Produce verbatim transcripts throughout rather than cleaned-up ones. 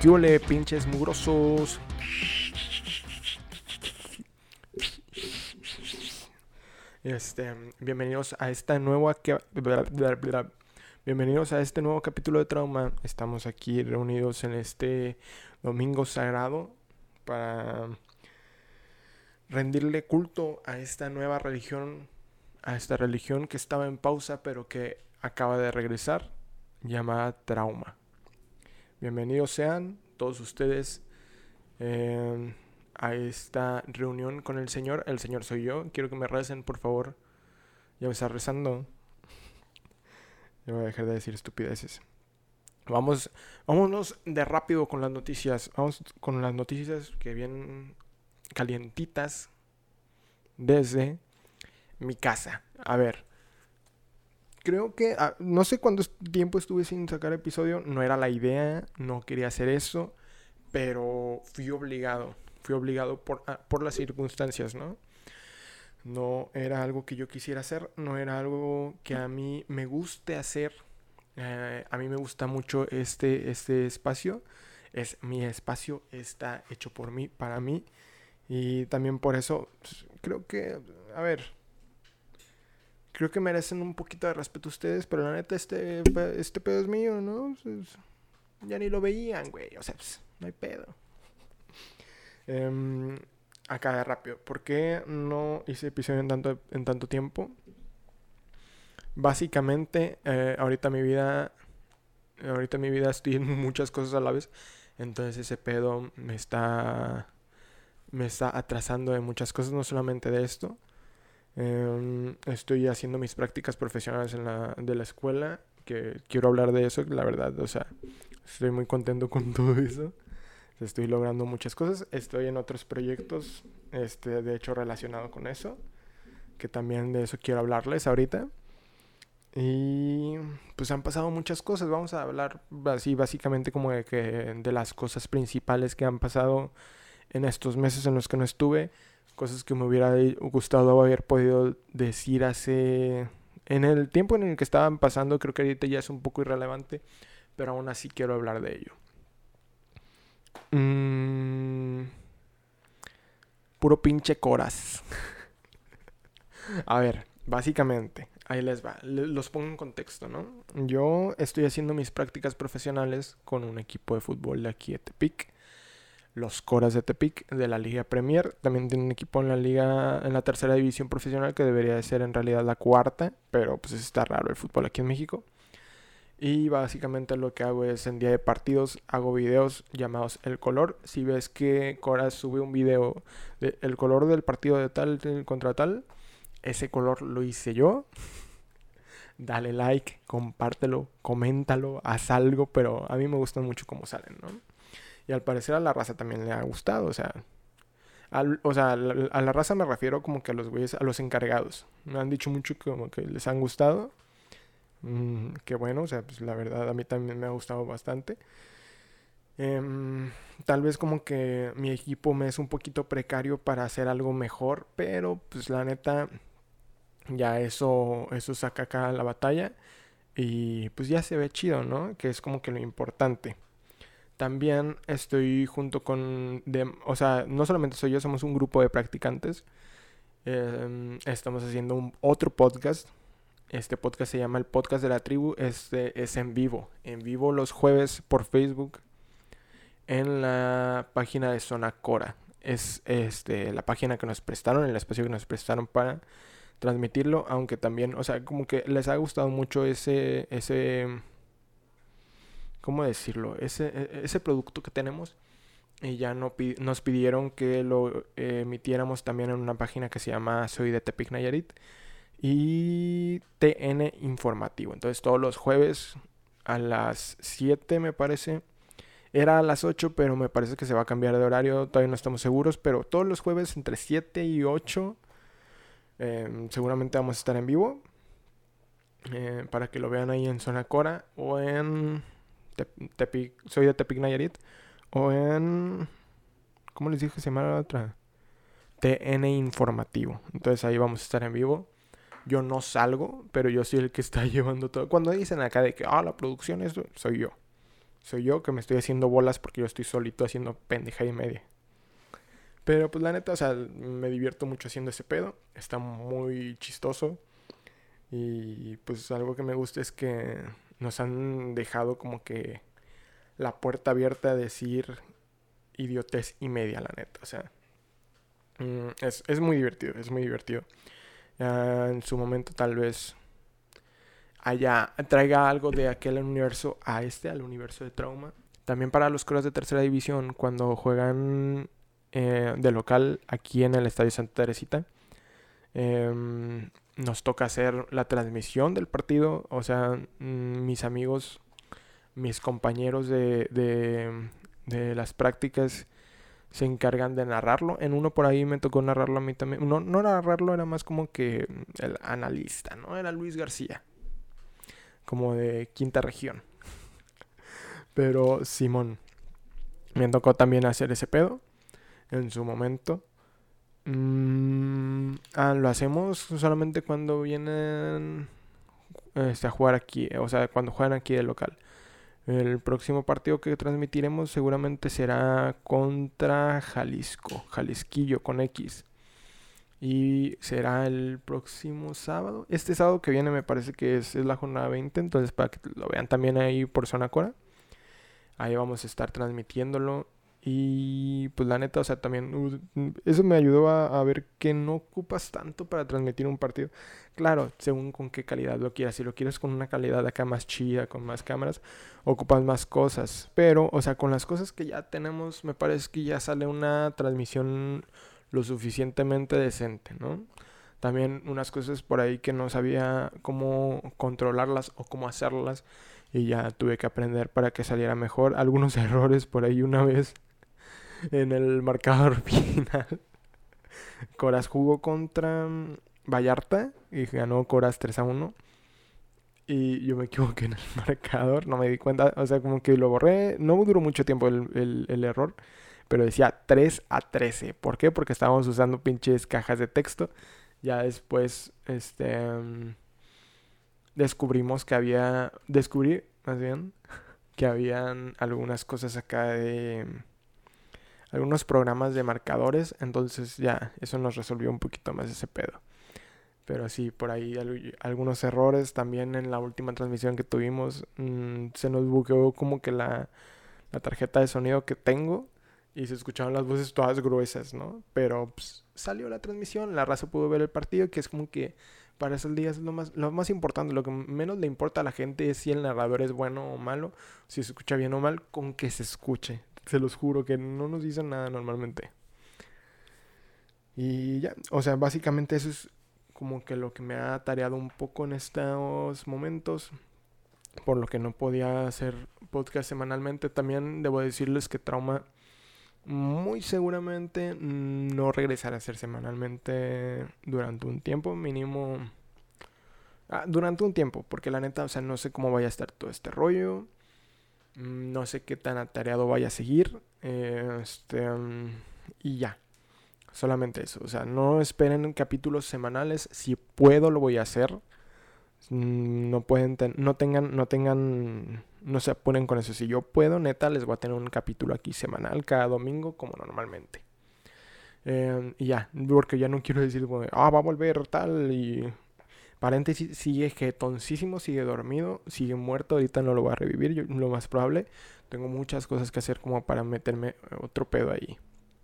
¿Qué ole, pinches mugrosos? Este, bienvenidos a esta nueva que... Bienvenidos a este nuevo capítulo de Trauma. Estamos aquí reunidos en este domingo sagrado para rendirle culto a esta nueva religión, a esta religión que estaba en pausa pero que acaba de regresar, llamada Trauma. Bienvenidos sean todos ustedes eh, a esta reunión con el Señor. El Señor soy yo. Quiero que me recen, por favor. Ya me está rezando. Ya voy a dejar de decir estupideces. Vamos, vámonos de rápido con las noticias. Vamos con las noticias que vienen calientitas desde mi casa. A ver, creo que ah, no sé cuánto tiempo estuve sin sacar episodio. No era la idea, no quería hacer eso, pero fui obligado. Fui obligado por, ah, por las circunstancias, ¿no? No era algo que yo quisiera hacer, no era algo que a mí me guste hacer. Eh, a mí me gusta mucho este, este espacio. Es mi espacio, está hecho por mí, para mí. Y también por eso, pues, creo que, a ver, creo que merecen un poquito de respeto ustedes, pero la neta, este, este pedo es mío, ¿no? Pues, ya ni lo veían, güey, o sea, pues, no hay pedo. Eh, acá de rápido, ¿por qué no hice episodio en tanto, en tanto tiempo? Básicamente, eh, ahorita mi vida, ahorita mi vida estoy en muchas cosas a la vez, entonces ese pedo me está... me está atrasando de muchas cosas, no solamente de esto. Eh, estoy haciendo mis prácticas profesionales en la, de la escuela, que quiero hablar de eso, la verdad, o sea, estoy muy contento con todo eso. Estoy logrando muchas cosas, estoy en otros proyectos, este, de hecho relacionado con eso, que también de eso quiero hablarles ahorita. Y pues han pasado muchas cosas, vamos a hablar así básicamente como de, que, de las cosas principales que han pasado en estos meses en los que no estuve, cosas que me hubiera gustado haber podido decir hace... en el tiempo en el que estaban pasando. Creo que ahorita ya es un poco irrelevante, pero aún así quiero hablar de ello. Mm, puro pinche coras. A ver, básicamente, ahí les va, los pongo en contexto, ¿no? Yo estoy haciendo mis prácticas profesionales con un equipo de fútbol de aquí de Tepic, los Coras de Tepic, de la Liga Premier. También tiene un equipo en la liga, en la tercera división profesional, que debería de ser en realidad la cuarta, pero pues está raro el fútbol aquí en México. Y básicamente lo que hago es, en día de partidos, hago videos llamados El Color. Si ves que Coras sube un video de el color del partido de tal contra tal, ese color lo hice yo. Dale like, compártelo, coméntalo, haz algo, pero a mí me gustan mucho cómo salen, ¿no? Y al parecer a la raza también le ha gustado, o sea... Al, o sea, a la, a la raza me refiero como que a los güeyes, a los encargados. Me han dicho mucho que como que les han gustado. Mm, que bueno, o sea, pues la verdad a mí también me ha gustado bastante. Eh, tal vez como que mi equipo me es un poquito precario para hacer algo mejor, pero pues la neta... ya eso, eso saca acá la batalla. Y pues ya se ve chido, ¿no? Que es como que lo importante. También estoy junto con... De, o sea, no solamente soy yo, somos un grupo de practicantes. Eh, estamos haciendo un, otro podcast. Este podcast se llama El Podcast de la Tribu. Este es en vivo. En vivo los jueves por Facebook. En la página de Zona Cora. Es este, la página que nos prestaron, el espacio que nos prestaron para transmitirlo. Aunque también, o sea, como que les ha gustado mucho ese... ese ¿cómo decirlo? Ese, ese producto que tenemos. Y ya no, nos pidieron que lo eh, emitiéramos también en una página que se llama Soy de Tepic Nayarit y T N Informativo. Entonces todos los jueves a las siete, me parece. Era a las ocho, pero me parece que se va a cambiar de horario. Todavía no estamos seguros, pero todos los jueves entre siete y ocho eh, seguramente vamos a estar en vivo. Eh, para que lo vean ahí en Zona Cora o en... Tepic, soy de Tepic Nayarit, o en... ¿cómo les dije que se llama la otra? T N Informativo. Entonces ahí vamos a estar en vivo. Yo no salgo, pero yo soy el que está llevando todo. Cuando dicen acá de que, ah, la producción, eso soy yo. soy yo que me estoy haciendo bolas porque yo estoy solito haciendo pendeja y media. Pero pues la neta, o sea, me divierto mucho haciendo ese pedo. Está muy chistoso. Y pues algo que me gusta es que nos han dejado como que la puerta abierta a decir idiotez y media, la neta. O sea, mm, es, es muy divertido, es muy divertido. Uh, en su momento tal vez haya, traiga algo de aquel universo a este, al universo de Trauma. También para los coros de tercera división, cuando juegan eh, de local aquí en el Estadio Santa Teresita, eh, nos toca hacer la transmisión del partido. O sea, mm, mis amigos, mis compañeros de, de, de las prácticas se encargan de narrarlo. En uno por ahí me tocó narrarlo a mí también. No, no narrarlo, era más como que el analista, ¿no? Era Luis García, como de quinta región. Pero Simón, me tocó también hacer ese pedo en su momento. Mm, ah, lo hacemos solamente cuando vienen este, a jugar aquí, o sea, cuando juegan aquí de local. El próximo partido que transmitiremos seguramente será contra Jalisco, Jalisquillo con X. Y será el próximo sábado. Este sábado que viene me parece que es, es la jornada veinte. Entonces para que lo vean también ahí por Zona Cora. Ahí vamos a estar transmitiéndolo. Y pues la neta, o sea, también uh, eso me ayudó a, a ver que no ocupas tanto para transmitir un partido. Claro, según con qué calidad lo quieras. Si lo quieres con una calidad acá más chida, con más cámaras, ocupas más cosas. Pero, o sea, con las cosas que ya tenemos, me parece que ya sale una transmisión lo suficientemente decente, ¿no? También unas cosas por ahí que no sabía cómo controlarlas o cómo hacerlas. Y ya tuve que aprender para que saliera mejor. Algunos errores por ahí una vez en el marcador final. Coras jugó contra Vallarta y ganó Coras tres a uno. Y yo me equivoqué en el marcador, no me di cuenta. O sea, como que lo borré. No duró mucho tiempo el, el, el error. Pero decía tres a trece. ¿Por qué? Porque estábamos usando pinches cajas de texto. Ya después, este... Um, descubrimos que había... Descubrí, más bien, que habían algunas cosas acá de... algunos programas de marcadores. Entonces ya, eso nos resolvió un poquito más ese pedo. Pero sí, por ahí al- algunos errores. También en la última transmisión que tuvimos, mmm, se nos bugueó como que la, la tarjeta de sonido que tengo. Y se escuchaban las voces todas gruesas, ¿no? Pero pues, salió la transmisión, la raza pudo ver el partido, que es como que para esos días es lo más, lo más importante. Lo que menos le importa a la gente es si el narrador es bueno o malo, si se escucha bien o mal, con que se escuche. Se los juro que no nos dicen nada normalmente. Y ya, o sea, básicamente eso es como que lo que me ha tareado un poco en estos momentos, por lo que no podía hacer podcast semanalmente. También debo decirles que Trauma muy seguramente no regresará a ser semanalmente durante un tiempo, mínimo... Ah, durante un tiempo, porque la neta, o sea, no sé cómo vaya a estar todo este rollo. No sé qué tan atareado vaya a seguir. Eh, este... um, y ya. Solamente eso. O sea, no esperen capítulos semanales. Si puedo, lo voy a hacer. Mm, No pueden, ten- no tengan, no tengan, no se apuren con eso. Si yo puedo, neta, les voy a tener un capítulo aquí semanal cada domingo, como normalmente. Eh, y ya, porque ya no quiero decir, como de, ah, va a volver tal y paréntesis, sigue jetoncísimo, sigue dormido, sigue muerto. Ahorita no lo voy a revivir, yo, lo más probable. Tengo muchas cosas que hacer como para meterme otro pedo ahí.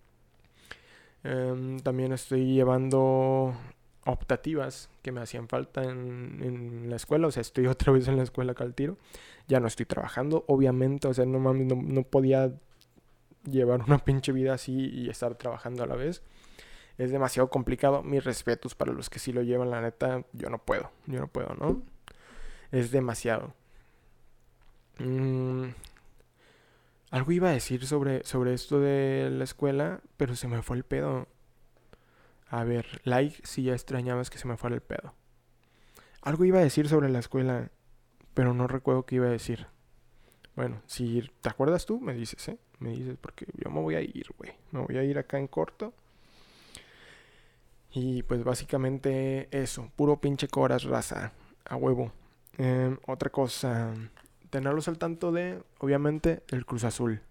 Eh, también estoy llevando optativas que me hacían falta en, en la escuela. O sea, estoy otra vez en la escuela acá al tiro. Ya no estoy trabajando, obviamente. O sea, no mames, no, no podía llevar una pinche vida así y estar trabajando a la vez. Es demasiado complicado. Mis respetos para los que sí lo llevan, la neta. Yo no puedo, yo no puedo, ¿no? Es demasiado. Mm, algo iba a decir sobre, sobre esto de la escuela, pero se me fue el pedo. A ver, like si ya extrañabas que se me fuera el pedo. Algo iba a decir sobre la escuela, pero no recuerdo qué iba a decir. Bueno, si te acuerdas tú, me dices, ¿eh? Me dices, porque yo me voy a ir, güey. Me voy a ir acá en corto. Y pues básicamente eso, puro pinche coras, raza, a huevo. Eh, otra cosa, tenerlos al tanto de, obviamente, el Cruz Azul.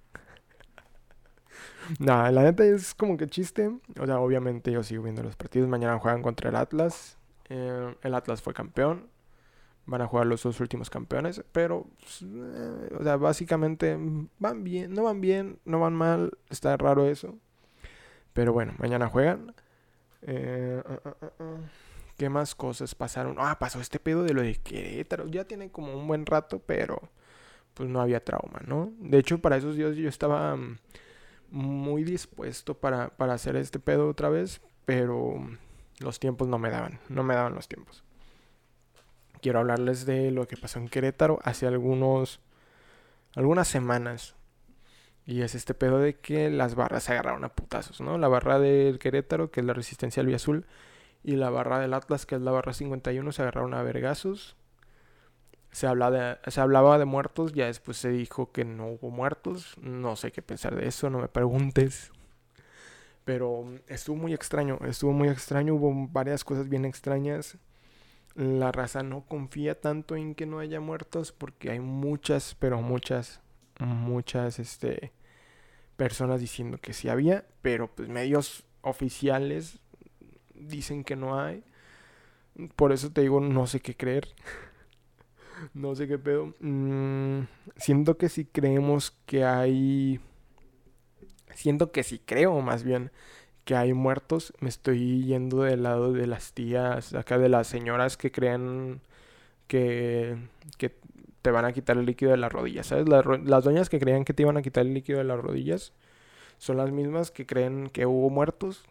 Nah, la neta es como que chiste. O sea, obviamente yo sigo viendo los partidos. Mañana juegan contra el Atlas. Eh, el Atlas fue campeón. Van a jugar los dos últimos campeones. Pero, pues, eh, o sea, básicamente van bien. No van bien, no van mal. Está raro eso. Pero bueno, mañana juegan. Eh, uh, uh, uh, uh. ¿Qué más cosas pasaron? Ah, pasó este pedo de lo de Querétaro. Ya tiene como un buen rato, pero pues no había trauma, ¿no? De hecho, para esos días yo estaba um, muy dispuesto para, para hacer este pedo otra vez, pero los tiempos no me daban. No me daban los tiempos. Quiero hablarles de lo que pasó en Querétaro hace algunos, algunas semanas. Y es este pedo de que las barras se agarraron a putazos, ¿no? La barra del Querétaro, que es la Resistencia Albiazul, y la barra del Atlas, que es la barra cincuenta y uno, se agarraron a vergazos. Se, habla de, se hablaba de muertos, ya después se dijo que no hubo muertos. No sé qué pensar de eso, no me preguntes. Pero estuvo muy extraño, estuvo muy extraño, hubo varias cosas bien extrañas. La raza no confía tanto en que no haya muertos porque hay muchas, pero muchas, muchas, este, personas diciendo que sí había, pero pues medios oficiales dicen que no hay. Por eso te digo, no sé qué creer. No sé qué pedo. Mm, siento que si creemos que hay... Siento que si creo más bien que hay muertos, me estoy yendo del lado de las tías, acá de las señoras que creen que, que te van a quitar el líquido de las rodillas, ¿sabes? Las, las doñas que creían que te iban a quitar el líquido de las rodillas son las mismas que creen que hubo muertos.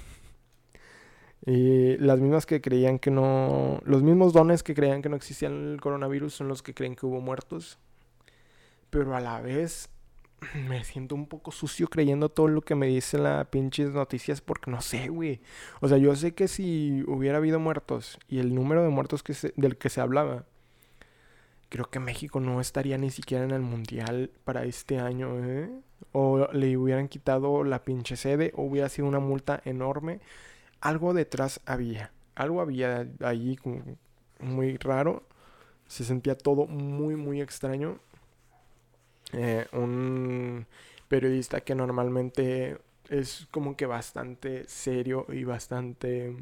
Y las mismas que creían que no... Los mismos dones que creían que no existía el coronavirus son los que creen que hubo muertos. Pero a la vez me siento un poco sucio creyendo todo lo que me dicen las pinches noticias porque no sé, güey. O sea, yo sé que si hubiera habido muertos y el número de muertos que se, del que se hablaba, creo que México no estaría ni siquiera en el mundial para este año, ¿eh? O le hubieran quitado la pinche sede o hubiera sido una multa enorme. Algo detrás había. Algo había allí como muy raro. Se sentía todo muy, muy extraño. Eh, un periodista que normalmente es como que bastante serio y bastante...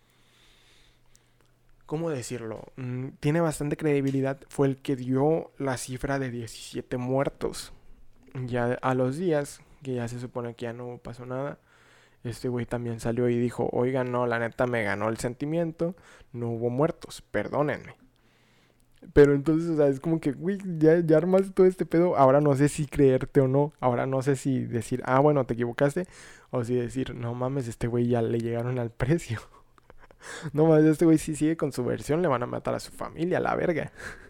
¿Cómo decirlo? Mm, tiene bastante credibilidad. Fue el que dio la cifra de diecisiete muertos. Ya a los días, que ya se supone que ya no pasó nada, este güey también salió y dijo, oigan, no, la neta me ganó el sentimiento, no hubo muertos, perdónenme. Pero entonces, o sea, es como que, güey, ya, ya armaste todo este pedo, ahora no sé si creerte o no, ahora no sé si decir, ah, bueno, te equivocaste, o si decir, no mames, este güey ya le llegaron al precio. No mames, este güey si sigue con su versión, le van a matar a su familia, a la verga.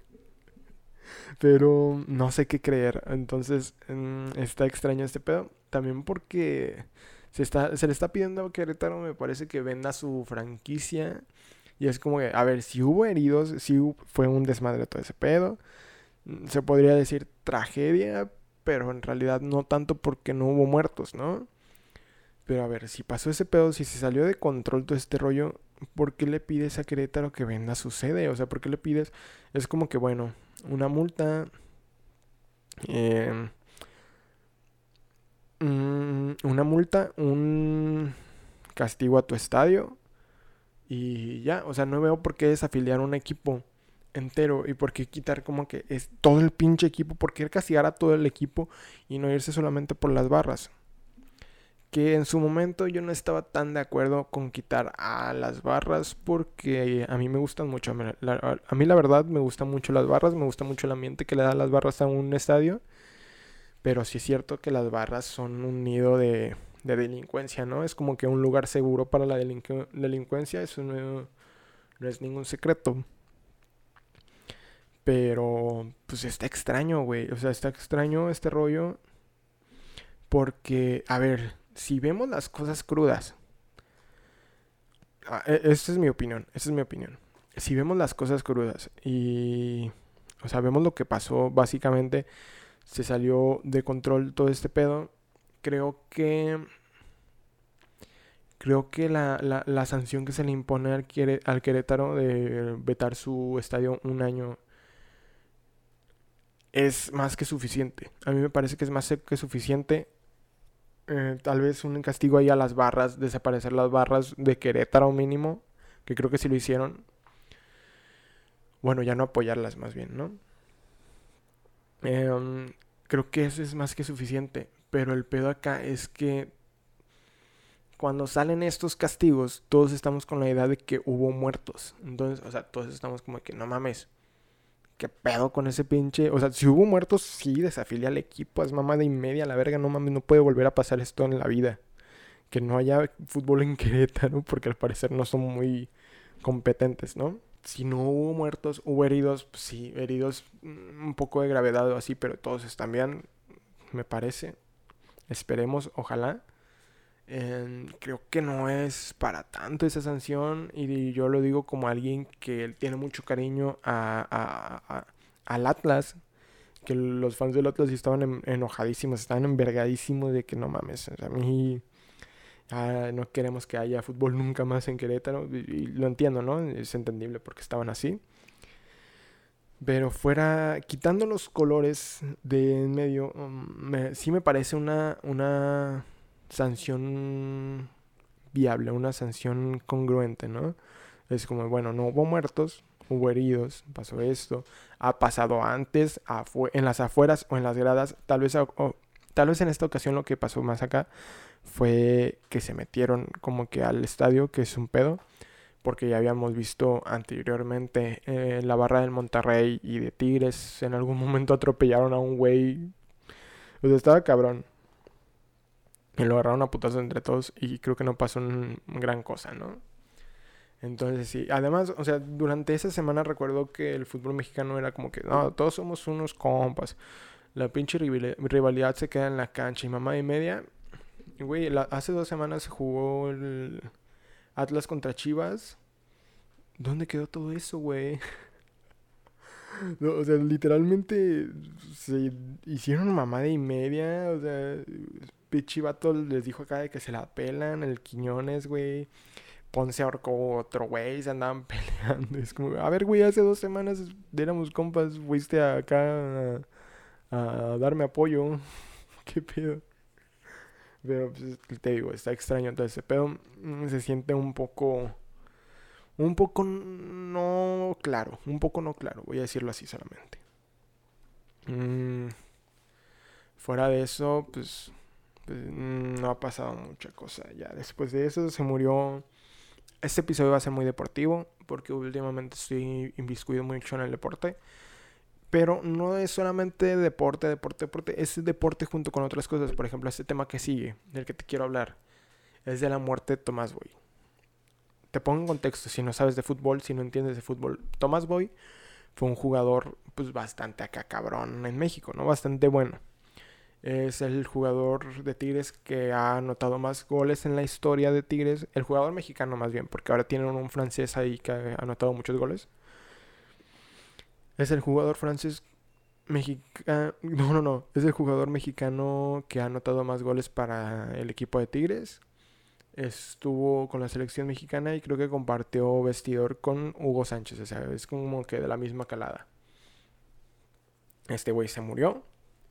Pero no sé qué creer, entonces mmm, está extraño este pedo, también porque... Se, está, se le está pidiendo a Querétaro, me parece que venda su franquicia. Y es como que, a ver, si hubo heridos, si fue un desmadre todo ese pedo. Se podría decir tragedia, pero en realidad no tanto porque no hubo muertos, ¿no? Pero a ver, si pasó ese pedo, si se salió de control todo este rollo, ¿por qué le pides a Querétaro que venda su sede? O sea, ¿por qué le pides? Es como que, bueno, una multa... Eh, una multa, un castigo a tu estadio y ya, o sea, no veo por qué desafiliar un equipo entero y por qué quitar como que es todo el pinche equipo, por qué castigar a todo el equipo y no irse solamente por las barras. Que en su momento yo no estaba tan de acuerdo con quitar a las barras porque a mí me gustan mucho, a mí la, a mí la verdad me gustan mucho las barras, me gusta mucho el ambiente que le dan las barras a un estadio. Pero sí es cierto que las barras son un nido de, de delincuencia, ¿no? Es como que un lugar seguro para la delincu- delincuencia, eso no, no es ningún secreto. Pero, pues está extraño, güey. O sea, está extraño este rollo. Porque, a ver, si vemos las cosas crudas. Ah, e- esta es mi opinión, esta es mi opinión. Si vemos las cosas crudas y... O sea, vemos lo que pasó, básicamente se salió de control todo este pedo. Creo que... Creo que la, la, la sanción que se le impone al, Quere- al Querétaro de vetar su estadio un año es más que suficiente. A mí me parece que es más que suficiente. Eh, tal vez un castigo ahí a las barras, desaparecer las barras de Querétaro mínimo, que creo que sí lo hicieron. Bueno, ya no apoyarlas más bien, ¿no? Eh, creo que eso es más que suficiente. Pero el pedo acá es que cuando salen estos castigos, todos estamos con la idea de que hubo muertos. Entonces, o sea, todos estamos como que no mames. ¿Qué pedo con ese pinche? O sea, si hubo muertos, sí, desafilia al equipo. Es mamada y media, la verga, no mames, no puede volver a pasar esto en la vida. Que no haya fútbol en Querétaro, porque al parecer no son muy competentes, ¿no? Si no hubo muertos, hubo heridos, pues sí, heridos mm, un poco de gravedad o así, pero todos están bien, me parece. Esperemos, ojalá. Eh, creo que no es para tanto esa sanción y yo lo digo como alguien que tiene mucho cariño a, a- a- al Atlas, que los fans del Atlas sí estaban en- enojadísimos, estaban envergadísimos de que no mames, o sea, a mí ah, no queremos que haya fútbol nunca más en Querétaro y, y lo entiendo, ¿no? Es entendible porque estaban así. Pero fuera, quitando los colores de en medio, um, me- sí me parece una, una sanción viable, una sanción congruente, ¿no? Es como, bueno, no hubo muertos, hubo heridos, pasó esto, ha pasado antes, afue- en las afueras o en las gradas, tal vez, a- o- tal vez en esta ocasión lo que pasó más acá fue que se metieron como que al estadio, que es un pedo, porque ya habíamos visto anteriormente eh, la barra del Monterrey y de Tigres, en algún momento atropellaron a un güey, o sea, estaba cabrón. Y lo agarraron a putazos entre todos y creo que no pasó un- gran cosa, ¿no? Entonces sí, además, o sea, durante esa semana recuerdo que el fútbol mexicano era como que, no, todos somos unos compas. La pinche rivali- rivalidad se queda en la cancha y mamá y media. Y, güey, la- hace dos semanas se jugó el Atlas contra Chivas. ¿Dónde quedó todo eso, güey? No, o sea, literalmente se hicieron mamada y media. O sea, pinche vato les dijo acá de que se la pelan, el Quiñones, güey. Ponce ahorcó otro güey, se andaban peleando. Es como, a ver, güey, hace dos semanas éramos compas, fuiste acá a, a darme apoyo. ¿Qué pedo? Pero pues, te digo, está extraño todo ese pedo. Mm, Se siente un poco, un poco no claro, un poco no claro, voy a decirlo así solamente. Mm, fuera de eso, pues, pues, mm, no ha pasado mucha cosa. Ya después de eso se murió. Este episodio va a ser muy deportivo porque últimamente estoy inviscuido mucho en el deporte. Pero no es solamente deporte, deporte, deporte. Es deporte junto con otras cosas. Por ejemplo, este tema que sigue, del que te quiero hablar, es de la muerte de Tomás Boy. Te pongo en contexto, si no sabes de fútbol, si no entiendes de fútbol. Tomás Boy fue un jugador pues bastante acá cabrón en México, ¿no? Bastante bueno. Es el jugador de Tigres que ha anotado más goles en la historia de Tigres. El jugador mexicano más bien, porque ahora tienen un francés ahí que ha anotado muchos goles. Es el jugador francés mexicano... No, no, no. Es el jugador mexicano que ha anotado más goles para el equipo de Tigres. Estuvo con la selección mexicana y creo que compartió vestidor con Hugo Sánchez. O sea, es como que de la misma calada. Este güey se murió.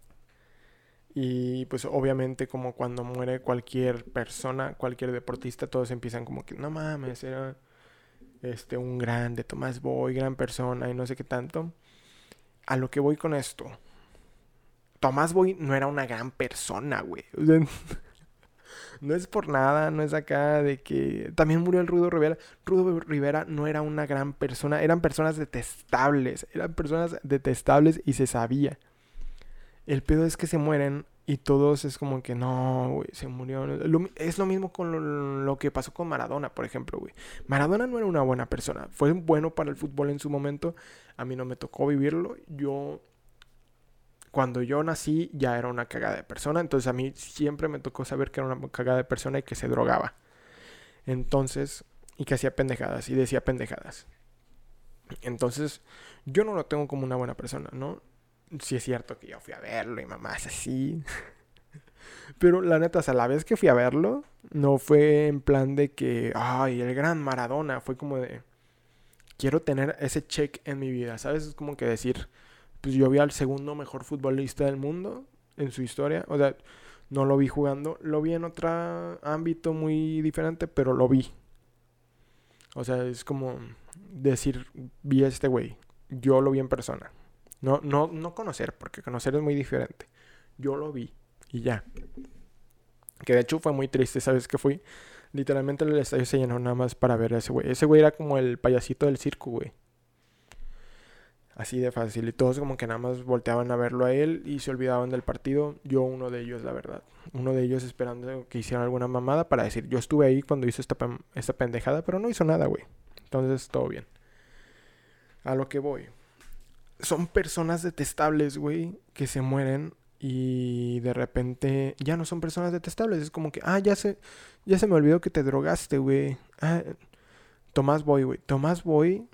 Y pues obviamente como cuando muere cualquier persona, cualquier deportista, todos empiezan como que no mames, era este un grande, Tomás Boy, gran persona y no sé qué tanto. A lo que voy con esto. Tomás Boy no era una gran persona, güey. O sea, no es por nada, no es acá de que... También murió el Rudo Rivera. Rudo Rivera no era una gran persona, eran personas detestables. Eran personas detestables y se sabía. El pedo es que se mueren y todos es como que no, güey, se murió. Lo, es lo mismo con lo, lo, que pasó con Maradona, por ejemplo, güey. Maradona no era una buena persona. Fue bueno para el fútbol en su momento. A mí no me tocó vivirlo. Yo, cuando yo nací, ya era una cagada de persona. Entonces a mí siempre me tocó saber que era una cagada de persona y que se drogaba. Entonces, y que hacía pendejadas y decía pendejadas. Entonces, yo no lo tengo como una buena persona, ¿no? Sí es cierto que yo fui a verlo y mamá es así. Pero la neta, o sea, la vez que fui a verlo, no fue en plan de que, ay, el gran Maradona. Fue como de, quiero tener ese check en mi vida, ¿sabes? Es como que decir, pues yo vi al segundo mejor futbolista del mundo en su historia. O sea, no lo vi jugando, lo vi en otro ámbito muy diferente, pero lo vi. O sea, es como decir, vi a este güey. Yo lo vi en persona. No, no, no conocer, porque conocer es muy diferente. Yo lo vi y ya. Que de hecho fue muy triste, ¿sabes qué fui? Literalmente el estadio se llenó nada más para ver a ese güey. Ese güey era como el payasito del circo, güey. Así de fácil. Y todos como que nada más volteaban a verlo a él y se olvidaban del partido. Yo uno de ellos, la verdad. Uno de ellos esperando que hicieran alguna mamada para decir, yo estuve ahí cuando hizo esta, esta pendejada, pero no hizo nada, güey. Entonces, todo bien. A lo que voy. Son personas detestables, güey, que se mueren y de repente ya no son personas detestables. Es como que, ah, ya se, ya se me olvidó que te drogaste, güey. Ah, Tomás Boy, güey. Tomás Boy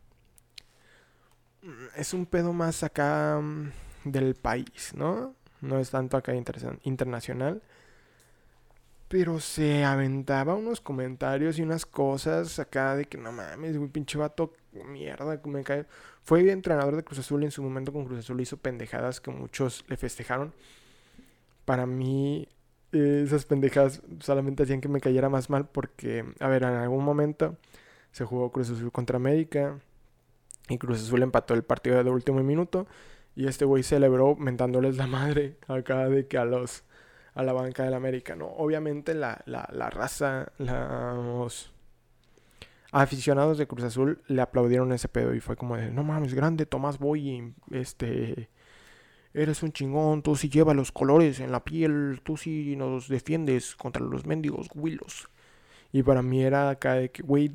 es un pedo más acá um, del país, ¿no? No es tanto acá inter- internacional. Pero se aventaba unos comentarios y unas cosas acá de que no mames, güey, pinche vato, mierda, me cae. Fue entrenador de Cruz Azul y en su momento con Cruz Azul hizo pendejadas que muchos le festejaron. Para mí, eh, esas pendejadas solamente hacían que me cayera más mal porque, a ver, en algún momento se jugó Cruz Azul contra América y Cruz Azul empató el partido de último minuto y este güey celebró mentándoles la madre acá de que a los a la banca del América, ¿no? Obviamente la, la, la raza, los aficionados de Cruz Azul le aplaudieron ese pedo y fue como de, no mames, grande Tomás Boy, este, eres un chingón, tú sí llevas los colores en la piel, tú sí nos defiendes contra los mendigos Willos. Y para mí era acá de que, güey,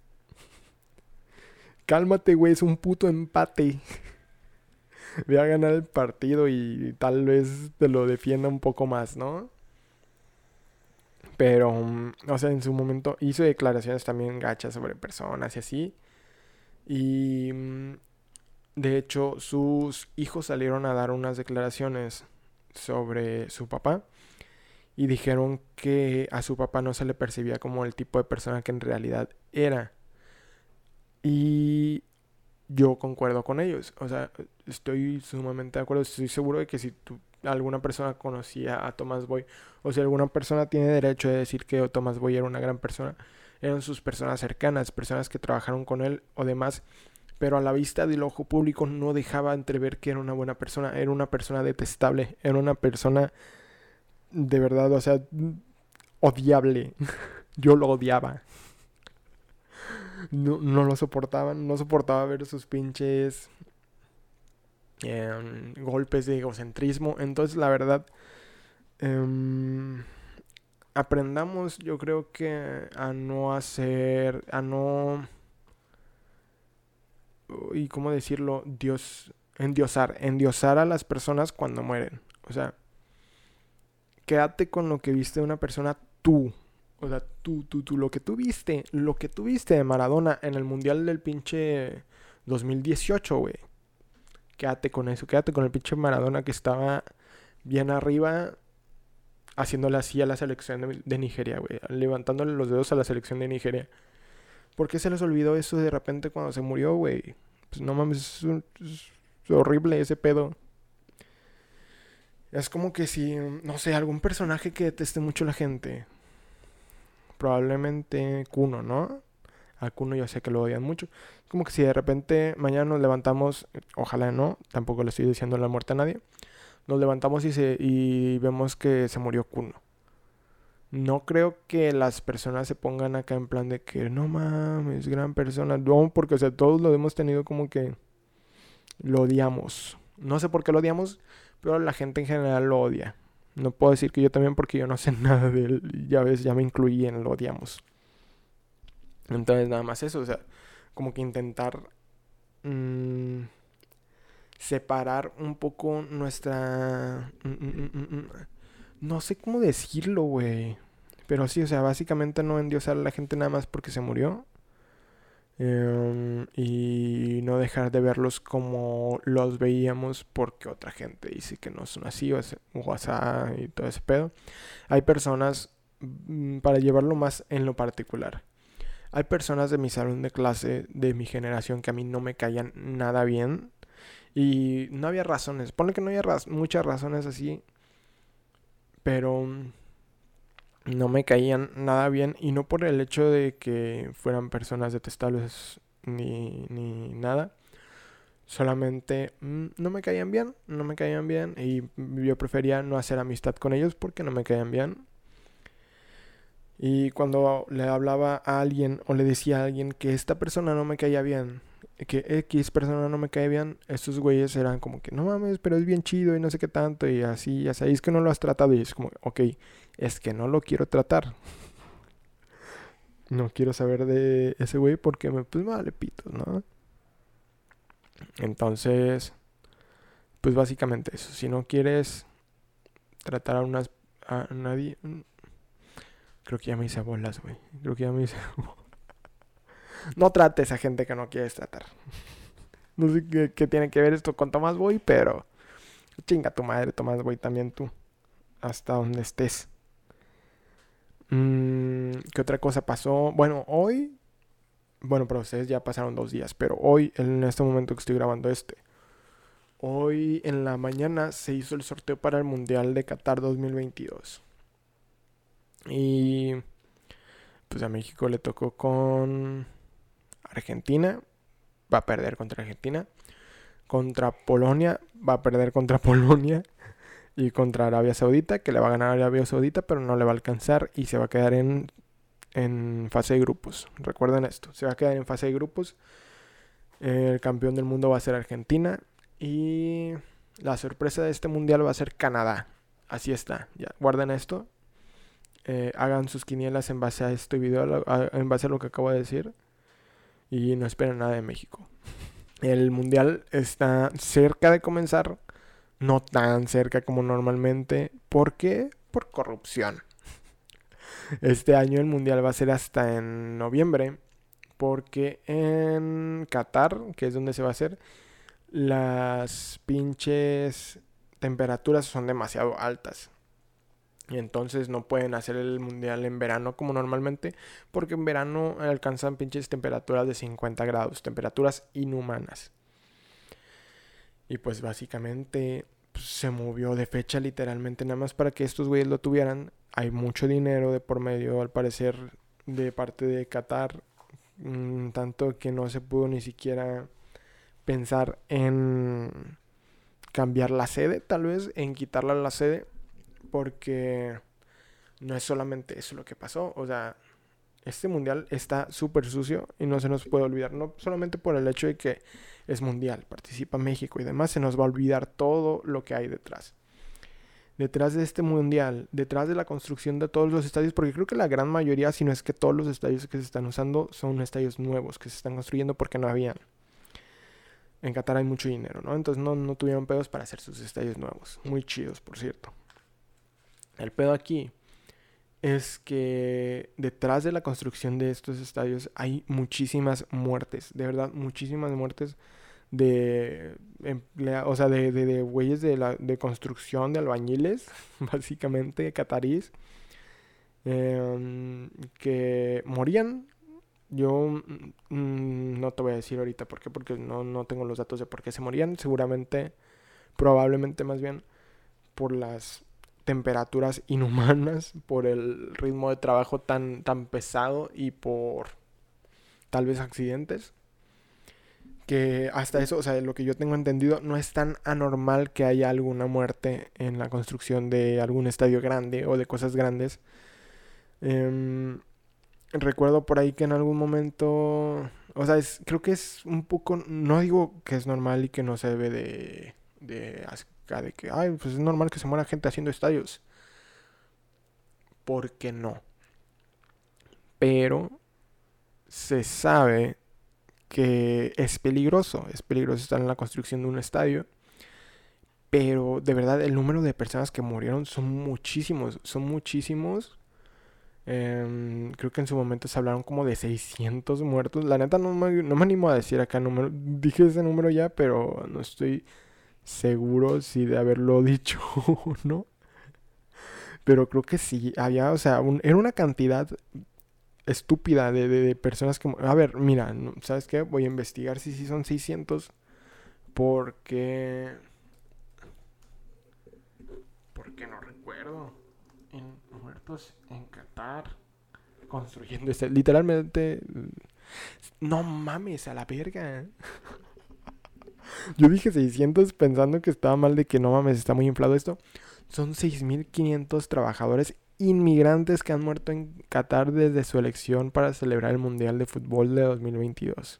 cálmate, güey, es un puto empate. Voy a ganar el partido y tal vez te lo defienda un poco más, ¿no? Pero, um, o sea, en su momento hizo declaraciones también gachas sobre personas y así. Y, um, de hecho, sus hijos salieron a dar unas declaraciones sobre su papá. Y dijeron que a su papá no se le percibía como el tipo de persona que en realidad era. Y yo concuerdo con ellos. O sea, estoy sumamente de acuerdo. Estoy seguro de que si tú, alguna persona conocía a Tomás Boy, o si alguna persona tiene derecho de decir que Tomás Boy era una gran persona, eran sus personas cercanas, personas que trabajaron con él o demás. Pero a la vista del ojo público no dejaba entrever que era una buena persona. Era una persona detestable. Era una persona de verdad, o sea, odiable. Yo lo odiaba. No, no lo soportaban, no soportaba ver sus pinches eh, golpes de egocentrismo. Entonces, la verdad, eh, aprendamos, yo creo que a no hacer, a no, y cómo decirlo, Dios, endiosar, endiosar a las personas cuando mueren. O sea, quédate con lo que viste de una persona tú. O sea, tú, tú, tú, lo que tú viste, lo que tú viste de Maradona en el Mundial del pinche dos mil dieciocho, güey. Quédate con eso, quédate con el pinche Maradona que estaba bien arriba, haciéndole así a la selección de, de Nigeria, güey. Levantándole los dedos a la selección de Nigeria. ¿Por qué se les olvidó eso de repente cuando se murió, güey? Pues no mames, es, un, es horrible ese pedo. Es como que si, no sé, algún personaje que deteste mucho la gente. Probablemente Kuno, ¿no? A Kuno yo sé que lo odian mucho. Como que si de repente mañana nos levantamos, ojalá no, tampoco le estoy diciendo la muerte a nadie. Nos levantamos y, se, y vemos que se murió Kuno. No creo que las personas se pongan acá en plan de que no mames, gran persona. No, porque o sea, todos lo hemos tenido como que lo odiamos. No sé por qué lo odiamos, pero la gente en general lo odia. No puedo decir que yo también porque yo no sé nada de él. Ya ves, ya me incluí en lo odiamos. Entonces nada más eso, o sea, como que intentar mmm, separar un poco nuestra... Mm, mm, mm, mm, no sé cómo decirlo, güey. Pero sí, o sea, básicamente no endiosar a la gente nada más porque se murió. Um, y no dejar de verlos como los veíamos porque otra gente dice que no son así o WhatsApp y todo ese pedo. Hay personas, mm, para llevarlo más en lo particular, hay personas de mi salón de clase, de mi generación, que a mí no me caían nada bien. Y no había razones. Ponle que no había raz- muchas razones así. Pero no me caían nada bien. Y no por el hecho de que fueran personas detestables ni, ni nada. Solamente mm, no me caían bien. No me caían bien. Y yo prefería no hacer amistad con ellos porque no me caían bien. Y cuando le hablaba a alguien o le decía a alguien que esta persona no me caía bien, que X persona no me cae bien, estos güeyes eran como que no mames, pero es bien chido y no sé qué tanto y así, ya sabéis que no lo has tratado y es como, ok, es que no lo quiero tratar. No quiero saber de ese güey porque me, pues vale pito, ¿no? Entonces, pues básicamente eso. Si no quieres tratar a unas a nadie, creo que ya me hice bolas, güey. Creo que ya me hice. No trates a gente que no quieres tratar. No sé qué, qué tiene que ver esto con Tomás Boy, pero chinga tu madre, Tomás Boy, también tú. Hasta donde estés. Mm, ¿Qué otra cosa pasó? Bueno, hoy. Bueno, para ustedes ya pasaron dos días, pero hoy, en este momento que estoy grabando este, hoy en la mañana se hizo el sorteo para el Mundial de Qatar dos mil veintidós. Y pues a México le tocó con Argentina. Va a perder contra Argentina. Contra Polonia. Va a perder contra Polonia. Y contra Arabia Saudita, que le va a ganar a Arabia Saudita, pero no le va a alcanzar y se va a quedar en, en fase de grupos. Recuerden esto, se va a quedar en fase de grupos. El campeón del mundo va a ser Argentina y la sorpresa de este mundial va a ser Canadá. Así está, ya guarden esto. Eh, hagan sus quinielas en base a este video, a, en base a lo que acabo de decir. Y no esperen nada de México. El mundial está cerca de comenzar. No tan cerca como normalmente. ¿Por qué? Por corrupción. Este año el mundial va a ser hasta en noviembre. Porque en Qatar, que es donde se va a hacer, las pinches temperaturas son demasiado altas. Y entonces no pueden hacer el mundial en verano como normalmente. Porque en verano alcanzan pinches temperaturas de cincuenta grados. Temperaturas inhumanas. Y pues básicamente pues, se movió de fecha literalmente nada más para que estos güeyes lo tuvieran. Hay mucho dinero de por medio al parecer de parte de Qatar. Mmm, tanto que no se pudo ni siquiera pensar en cambiar la sede, tal vez, en quitarla la sede. Porque no es solamente eso lo que pasó. O sea, este mundial está súper sucio y no se nos puede olvidar. No solamente por el hecho de que es mundial, participa México y demás, se nos va a olvidar todo lo que hay detrás. Detrás de este mundial, detrás de la construcción de todos los estadios, porque creo que la gran mayoría, si no es que todos los estadios que se están usando, son estadios nuevos que se están construyendo porque no habían. En Qatar hay mucho dinero, ¿no? Entonces no, no tuvieron pedos para hacer sus estadios nuevos. Muy chidos, por cierto. El pedo aquí es que detrás de la construcción de estos estadios hay muchísimas muertes, de verdad, muchísimas muertes de emplea, o sea, de, de, de güeyes de, la, de construcción, de albañiles, básicamente, catarís, eh, que morían. Yo mm, no te voy a decir ahorita por qué, porque no, no tengo los datos de por qué se morían, seguramente, probablemente más bien, por las temperaturas inhumanas, por el ritmo de trabajo tan, tan pesado y por tal vez accidentes. Que hasta eso, o sea, lo que yo tengo entendido, no es tan anormal que haya alguna muerte en la construcción de algún estadio grande o de cosas grandes. Eh, recuerdo por ahí que en algún momento, o sea, es, creo que es un poco, no digo que es normal y que no se debe de, de, de que, ay, pues es normal que se muera gente haciendo estadios. ¿Por qué no? Pero se sabe que es peligroso, es peligroso estar en la construcción de un estadio, pero de verdad el número de personas que murieron son muchísimos, son muchísimos. Eh, creo que en su momento se hablaron como de seiscientos muertos. La neta no me, no me animo a decir acá número, dije ese número ya, pero no estoy seguro si de haberlo dicho o no. Pero creo que sí, había, o sea, un, era una cantidad estúpida de, de, de personas que... A ver, mira, ¿sabes qué? Voy a investigar si sí son seiscientos. Porque... Porque no recuerdo. En muertos en Qatar. Construyendo este... Literalmente... No mames, a la verga. Yo dije seiscientos pensando que estaba mal, de que no mames, está muy inflado esto. Son seis mil quinientos trabajadores inmigrantes que han muerto en Qatar desde su elección para celebrar el Mundial de Fútbol de dos mil veintidós.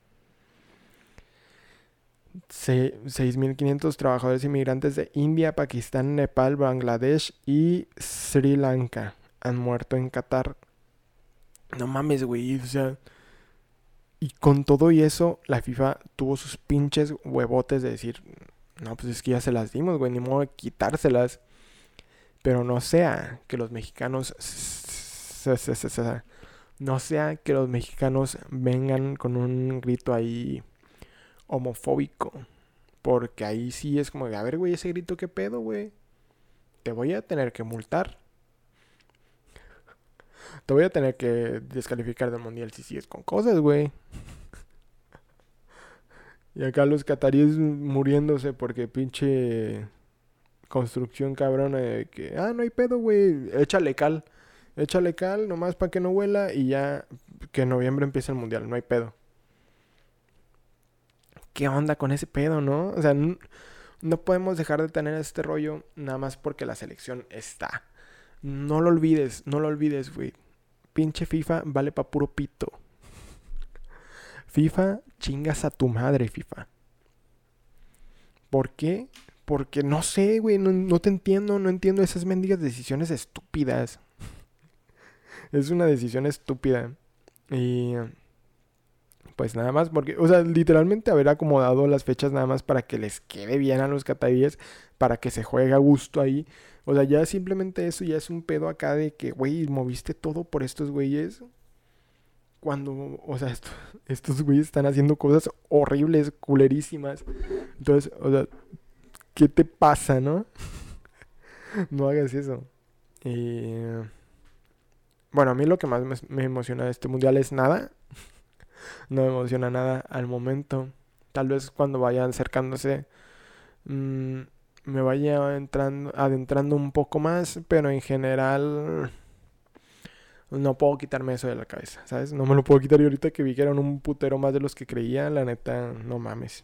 Se- seis mil quinientos trabajadores inmigrantes de India, Pakistán, Nepal, Bangladesh y Sri Lanka han muerto en Qatar. No mames, güey, o sea... Y con todo y eso, la FIFA tuvo sus pinches huevotes de decir, no, pues es que ya se las dimos, güey, ni modo de quitárselas. Pero no sea que los mexicanos... se- se- se- se- No sea que los mexicanos vengan con un grito ahí homofóbico. Porque ahí sí es como de, a ver, güey, ese grito, ¿qué pedo, güey? Te voy a tener que multar. Te voy a tener que descalificar del mundial si sigues con cosas, güey. Y acá los cataríes muriéndose porque pinche construcción cabrona de que, ah, no hay pedo, güey, échale cal. Échale cal nomás para que no huela y ya que en noviembre empieza el mundial, no hay pedo. ¿Qué onda con ese pedo, no? O sea, n- no podemos dejar de tener este rollo nada más porque la selección está. No lo olvides, no lo olvides, güey. Pinche FIFA vale pa' puro pito. FIFA, chingas a tu madre, FIFA. ¿Por qué? Porque no sé, güey, no, no te entiendo, no entiendo esas mendigas decisiones estúpidas. Es una decisión estúpida. Y pues nada más, porque, o sea, literalmente haber acomodado las fechas nada más para que les quede bien a los cataríes, para que se juegue a gusto ahí. O sea, ya simplemente eso ya es un pedo acá de que, güey, moviste todo por estos güeyes. Cuando, o sea, esto- estos güeyes están haciendo cosas horribles, culerísimas. Entonces, o sea, ¿qué te pasa, no? No hagas eso. Y bueno, a mí lo que más me, me emociona de este mundial es nada. No me emociona nada al momento. Tal vez cuando vaya acercándose mm, me vaya entrando, adentrando un poco más, pero en general no puedo quitarme eso de la cabeza, ¿sabes? No me lo puedo quitar y ahorita que vi que eran un putero más de los que creía, la neta, no mames.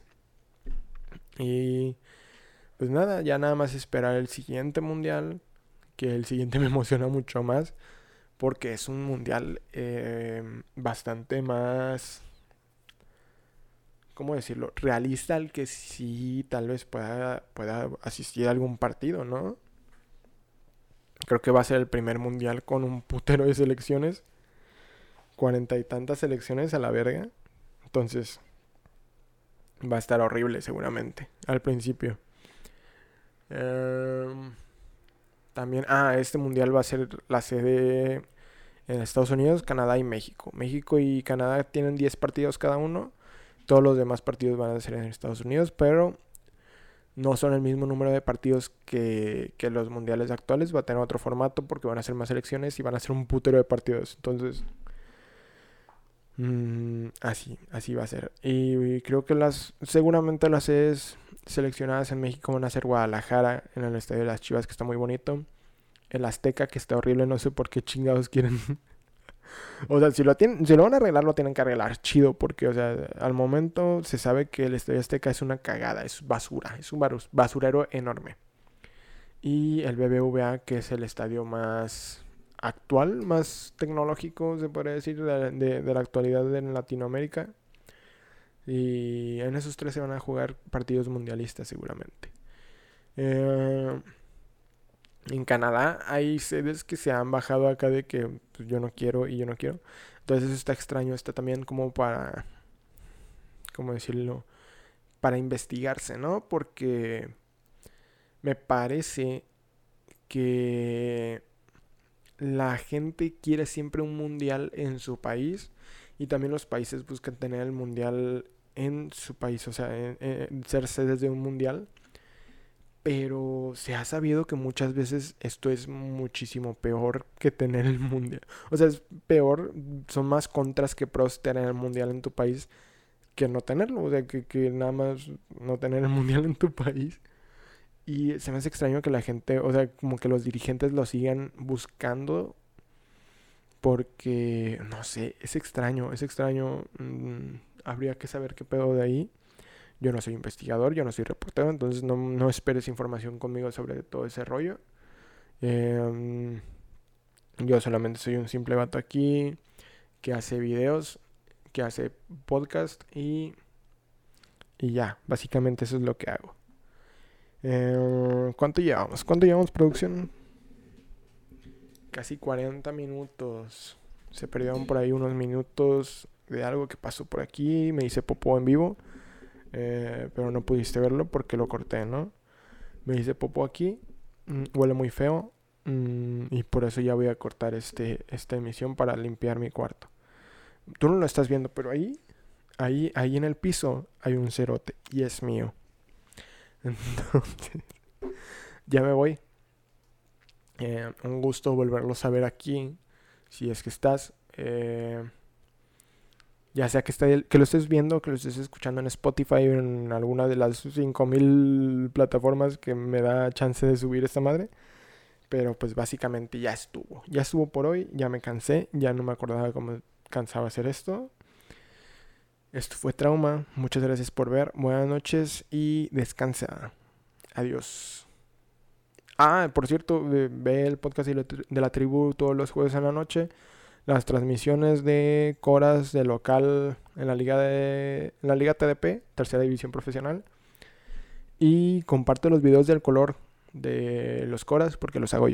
Y pues nada, ya nada más esperar el siguiente mundial, que el siguiente me emociona mucho más, porque es un mundial eh, bastante más, ¿cómo decirlo? Realista, al que sí tal vez pueda, pueda asistir a algún partido, ¿no? Creo que va a ser el primer mundial con un putero de selecciones. Cuarenta y tantas selecciones a la verga. Entonces va a estar horrible seguramente al principio. Em, también, ah, este mundial va a ser la sede en Estados Unidos, Canadá y México. México y Canadá tienen diez partidos cada uno. Todos los demás partidos van a ser en Estados Unidos, pero no son el mismo número de partidos que, que los mundiales actuales. Va a tener otro formato porque van a ser más selecciones y van a ser un putero de partidos. Entonces, mm, así, así va a ser. Y, y creo que las, seguramente las sedes seleccionadas en México van a ser Guadalajara, en el Estadio de las Chivas, que está muy bonito. El Azteca, que está horrible, no sé por qué chingados quieren. O sea, si lo, tienen, si lo van a arreglar, lo tienen que arreglar chido, porque, o sea, al momento se sabe que el Estadio Azteca es una cagada, es basura, es un barus- basurero enorme. Y el B B V A, que es el estadio más actual, más tecnológico, se podría decir, de, de- de la actualidad en Latinoamérica. Y en esos tres se van a jugar partidos mundialistas seguramente. Eh, en Canadá hay sedes que se han bajado acá de que pues, yo no quiero y yo no quiero. Entonces eso está extraño, está también como para, ¿cómo decirlo? Para investigarse, ¿no? Porque me parece que la gente quiere siempre un mundial en su país y también los países buscan tener el mundial en su país, o sea, en- en ser sedes de un mundial. Pero se ha sabido que muchas veces esto es muchísimo peor que tener el mundial. O sea, es peor, son más contras que pros tener el mundial en tu país que no tenerlo, o sea, que, que nada más no tener el mundial en tu país. Y se me hace extraño que la gente, o sea, como que los dirigentes lo sigan buscando porque, no sé, es extraño, es extraño. Mm, habría que saber qué pedo de ahí. Yo no soy investigador, yo no soy reportero, entonces no, no esperes información conmigo sobre todo ese rollo. Eh, yo solamente soy un simple vato aquí que hace videos, que hace podcast y, y ya, básicamente eso es lo que hago. Eh, ¿Cuánto llevamos? ¿Cuánto llevamos, producción? Casi cuarenta minutos. Se perdieron por ahí unos minutos de algo que pasó por aquí. Me hice popó en vivo. Eh, pero no pudiste verlo porque lo corté, ¿no? Me hice popó aquí. Mm, huele muy feo. Mm, y por eso ya voy a cortar este, esta emisión para limpiar mi cuarto. Tú no lo estás viendo, pero ahí, ahí, ahí en el piso hay un cerote. Y es mío. Entonces, ya me voy. Eh, un gusto volverlos a ver aquí. Si es que estás. Eh, ya sea que, esté, que lo estés viendo, que lo estés escuchando en Spotify o en alguna de las cinco mil plataformas que me da chance de subir esta madre. Pero pues básicamente ya estuvo. Ya estuvo por hoy. Ya me cansé. Ya no me acordaba cómo cansaba hacer esto. Esto fue Trauma. Muchas gracias por ver. Buenas noches y descansa. Adiós. Ah, por cierto, ve el podcast de la tribu todos los jueves en la noche. Las transmisiones de Coras de local en la liga de en la liga T D P, tercera división profesional. Y comparte los videos del color de los Coras porque los hago yo.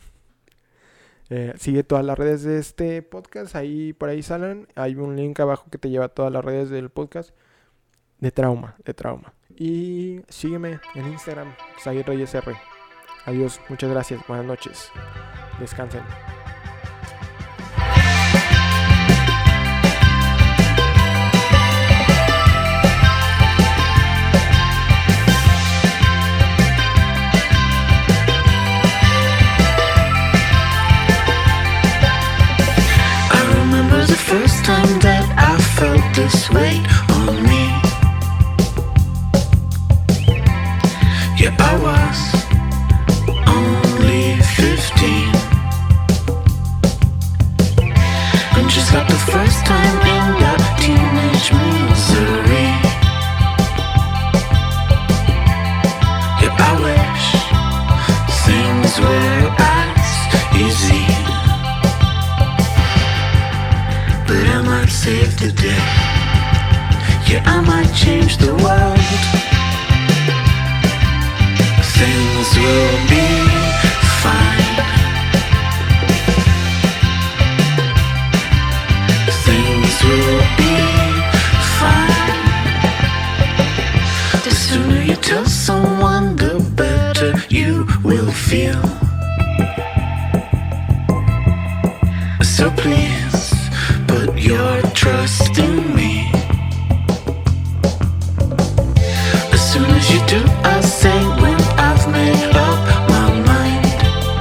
Eh, sigue todas las redes de este podcast, ahí por ahí salen. Hay un link abajo que te lleva a todas las redes del podcast de Trauma, de Trauma. Y sígueme en Instagram, Xavier Reyes R. Adiós, muchas gracias, buenas noches. Descansen. First time that I felt this weight on me. Yeah, I was only fifteen. And just like the first time in that teenage misery. Yeah, I wish things were as easy. But I might save the day. Yeah, I might change the world. Things will be fine. Things will be fine. The sooner you tell someone, the better you will feel. So please, put your trust in me. As soon as you do, I'll say when I've made up my mind.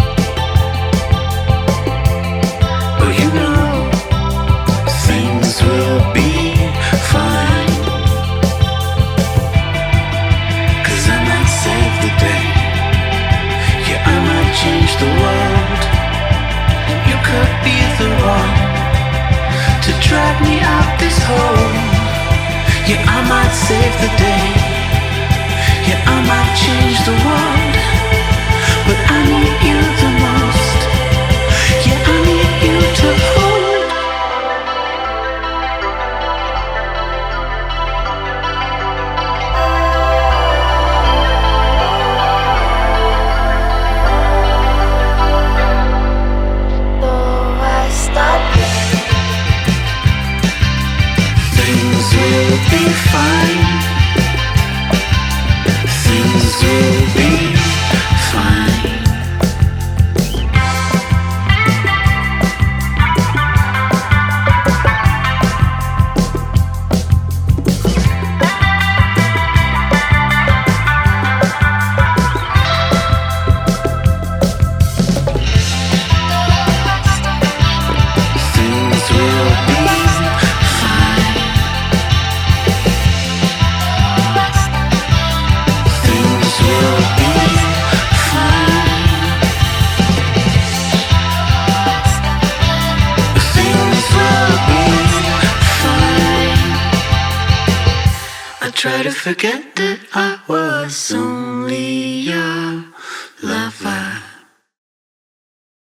Oh, you know, things will be fine. Cause I might save the day. Yeah, I might change the world. You could be the one to drag me out this hole. Yeah, I might save the day. Yeah, I might change the world. But I need you the most. Yeah, I need you to hold. Though I stop, Things will be fine. Things will be fine. Things will be fine. try to forget that I was only yours.